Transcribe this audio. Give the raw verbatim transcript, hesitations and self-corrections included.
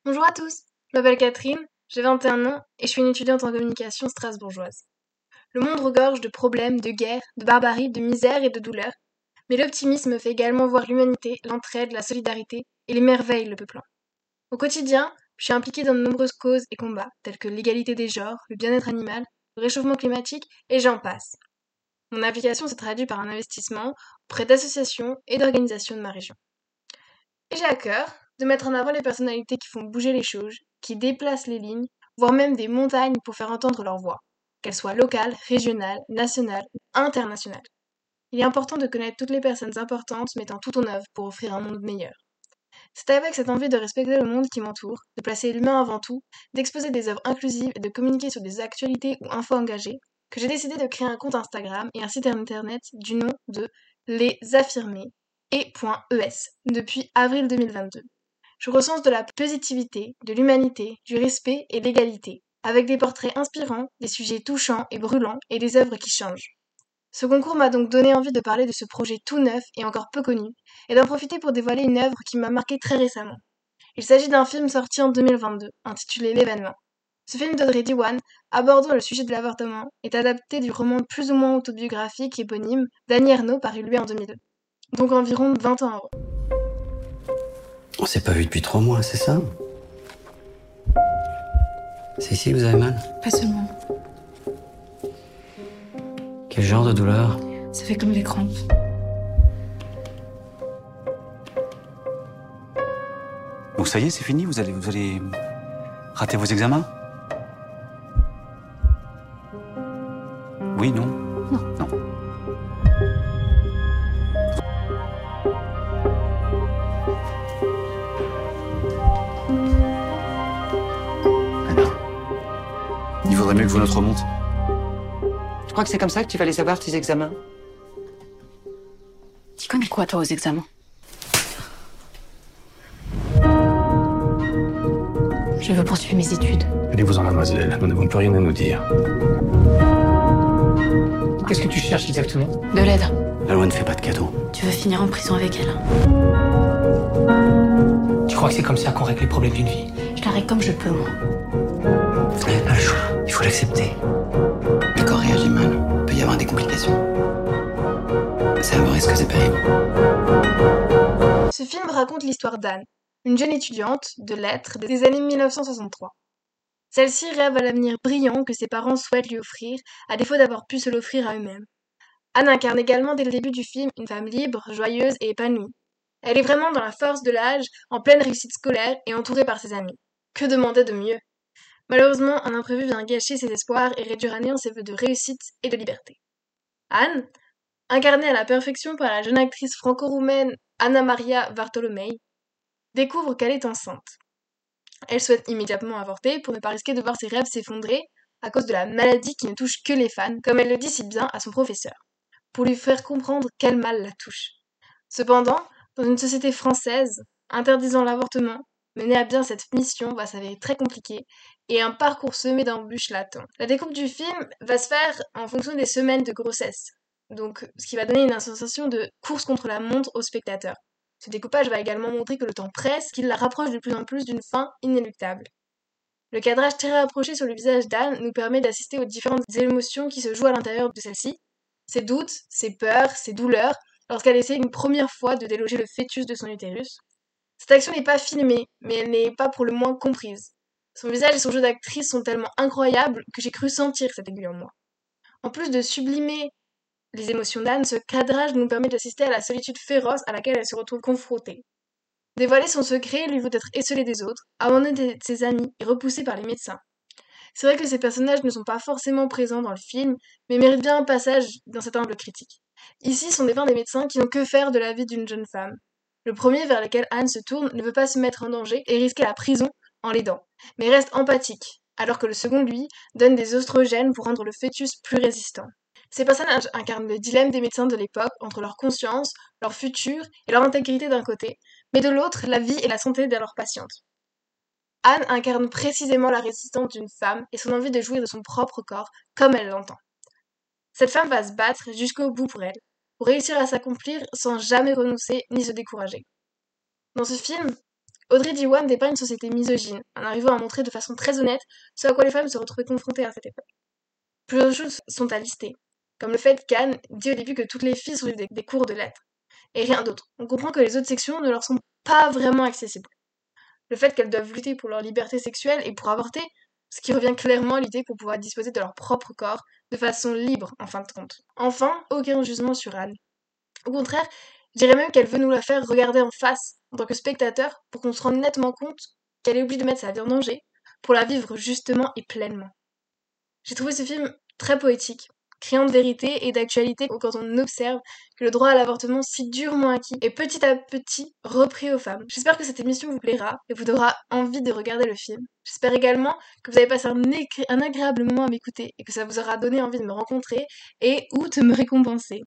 Bonjour à tous, je m'appelle Catherine, j'ai vingt et un ans et je suis une étudiante en communication strasbourgeoise. Le monde regorge de problèmes, de guerres, de barbarie, de misère et de douleur, mais l'optimisme fait également voir l'humanité, l'entraide, la solidarité et les merveilles le peuplant. Au quotidien, je suis impliquée dans de nombreuses causes et combats, tels que l'égalité des genres, le bien-être animal, le réchauffement climatique et j'en passe. Mon implication se traduit par un investissement auprès d'associations et d'organisations de ma région. Et j'ai à cœur de mettre en avant les personnalités qui font bouger les choses, qui déplacent les lignes, voire même des montagnes pour faire entendre leur voix, qu'elles soient locales, régionales, nationales ou internationales. Il est important de connaître toutes les personnes importantes mettant tout en œuvre pour offrir un monde meilleur. C'est avec cette envie de respecter le monde qui m'entoure, de placer l'humain avant tout, d'exposer des œuvres inclusives et de communiquer sur des actualités ou infos engagées, que j'ai décidé de créer un compte Instagram et un site internet du nom de Les Affirmés et.es depuis avril deux mille vingt-deux. Je recense de la positivité, de l'humanité, du respect et de l'égalité, avec des portraits inspirants, des sujets touchants et brûlants et des œuvres qui changent. Ce concours m'a donc donné envie de parler de ce projet tout neuf et encore peu connu, et d'en profiter pour dévoiler une œuvre qui m'a marqué très récemment. Il s'agit d'un film sorti en deux mille vingt-deux, intitulé L'événement. Ce film d'Audrey Diwan, abordant le sujet de l'avortement, est adapté du roman plus ou moins autobiographique éponyme d'Annie Ernaux paru lui en deux mille, donc environ vingt ans avant. On s'est pas vu depuis trois mois, c'est ça? C'est ici que vous avez mal? Pas seulement. Quel genre de douleur? Ça fait comme des crampes. Donc ça y est, c'est fini, vous allez, vous allez rater vos examens? Oui, non? Non. Non. Eh bien, il vaudrait mieux que votre remonte. Je crois que c'est comme ça que tu vas les avoir, tes examens. Tu connais quoi, toi, aux examens? Je veux poursuivre mes études. Allez-vous-en, mademoiselle, nous n'avons plus rien à nous dire. Qu'est-ce que tu cherches exactement? De l'aide. La loi ne fait pas de cadeaux. Tu veux finir en prison avec elle? Tu crois que c'est comme ça qu'on règle les problèmes d'une vie? Je la règle comme je peux, moi. Vous n'avez pas le choix, il faut l'accepter. Le corps réagit mal, il peut y avoir des complications. C'est un risque, c'est pénible. Ce film raconte l'histoire d'Anne, une jeune étudiante de lettres des années mille neuf cent soixante-trois. Celle-ci rêve à l'avenir brillant que ses parents souhaitent lui offrir, à défaut d'avoir pu se l'offrir à eux-mêmes. Anne incarne également dès le début du film une femme libre, joyeuse et épanouie. Elle est vraiment dans la force de l'âge, en pleine réussite scolaire et entourée par ses amis. Que demander de mieux? Malheureusement, un imprévu vient gâcher ses espoirs et réduire à néant ses vœux de réussite et de liberté. Anne, incarnée à la perfection par la jeune actrice franco-roumaine Anna Maria Vartolomei, découvre qu'elle est enceinte. Elle souhaite immédiatement avorter pour ne pas risquer de voir ses rêves s'effondrer à cause de la maladie qui ne touche que les fans, comme elle le dit si bien à son professeur, pour lui faire comprendre quel mal la touche. Cependant, dans une société française, interdisant l'avortement, mener à bien cette mission va s'avérer très compliqué et un parcours semé d'embûches l'attend. La découpe du film va se faire en fonction des semaines de grossesse, donc ce qui va donner une sensation de course contre la montre aux spectateurs. Ce découpage va également montrer que le temps presse, qu'il la rapproche de plus en plus d'une fin inéluctable. Le cadrage très rapproché sur le visage d'Anne nous permet d'assister aux différentes émotions qui se jouent à l'intérieur de celle-ci, ses doutes, ses peurs, ses douleurs, lorsqu'elle essaie une première fois de déloger le fœtus de son utérus. Cette action n'est pas filmée, mais elle n'est pas pour le moins comprise. Son visage et son jeu d'actrice sont tellement incroyables que j'ai cru sentir cette aiguille en moi. En plus de sublimer les émotions d'Anne, ce cadrage nous permet d'assister à la solitude féroce à laquelle elle se retrouve confrontée. Dévoiler son secret lui vaut d'être esselée des autres, abandonnée de ses amis et repoussée par les médecins. C'est vrai que ces personnages ne sont pas forcément présents dans le film, mais méritent bien un passage dans cet humble critique. Ici sont dépeints des médecins qui n'ont que faire de la vie d'une jeune femme. Le premier vers lequel Anne se tourne ne veut pas se mettre en danger et risquer la prison en l'aidant, mais reste empathique, alors que le second, lui, donne des oestrogènes pour rendre le fœtus plus résistant. Ces personnages incarnent le dilemme des médecins de l'époque entre leur conscience, leur futur et leur intégrité d'un côté, mais de l'autre, la vie et la santé de leurs patientes. Anne incarne précisément la résistance d'une femme et son envie de jouir de son propre corps comme elle l'entend. Cette femme va se battre jusqu'au bout pour elle, pour réussir à s'accomplir sans jamais renoncer ni se décourager. Dans ce film, Audrey Diwan dépeint une société misogyne, en arrivant à montrer de façon très honnête ce à quoi les femmes se retrouvaient confrontées à cette époque. Plusieurs choses sont à lister, comme le fait qu'Anne dit au début que toutes les filles suivent des, des cours de lettres, et rien d'autre. On comprend que les autres sections ne leur sont pas vraiment accessibles. Le fait qu'elles doivent lutter pour leur liberté sexuelle et pour avorter, ce qui revient clairement à l'idée pour pouvoir disposer de leur propre corps de façon libre, en fin de compte. Enfin, aucun jugement sur Anne. Au contraire, je dirais même qu'elle veut nous la faire regarder en face, en tant que spectateur, pour qu'on se rende nettement compte qu'elle est obligée de mettre sa vie en danger, pour la vivre justement et pleinement. J'ai trouvé ce film très poétique, criant de vérité et d'actualité quand on observe que le droit à l'avortement si durement acquis est petit à petit repris aux femmes. J'espère que cette émission vous plaira et vous donnera envie de regarder le film. J'espère également que vous avez passé un, écri- un agréable moment à m'écouter et que ça vous aura donné envie de me rencontrer et ou de me récompenser.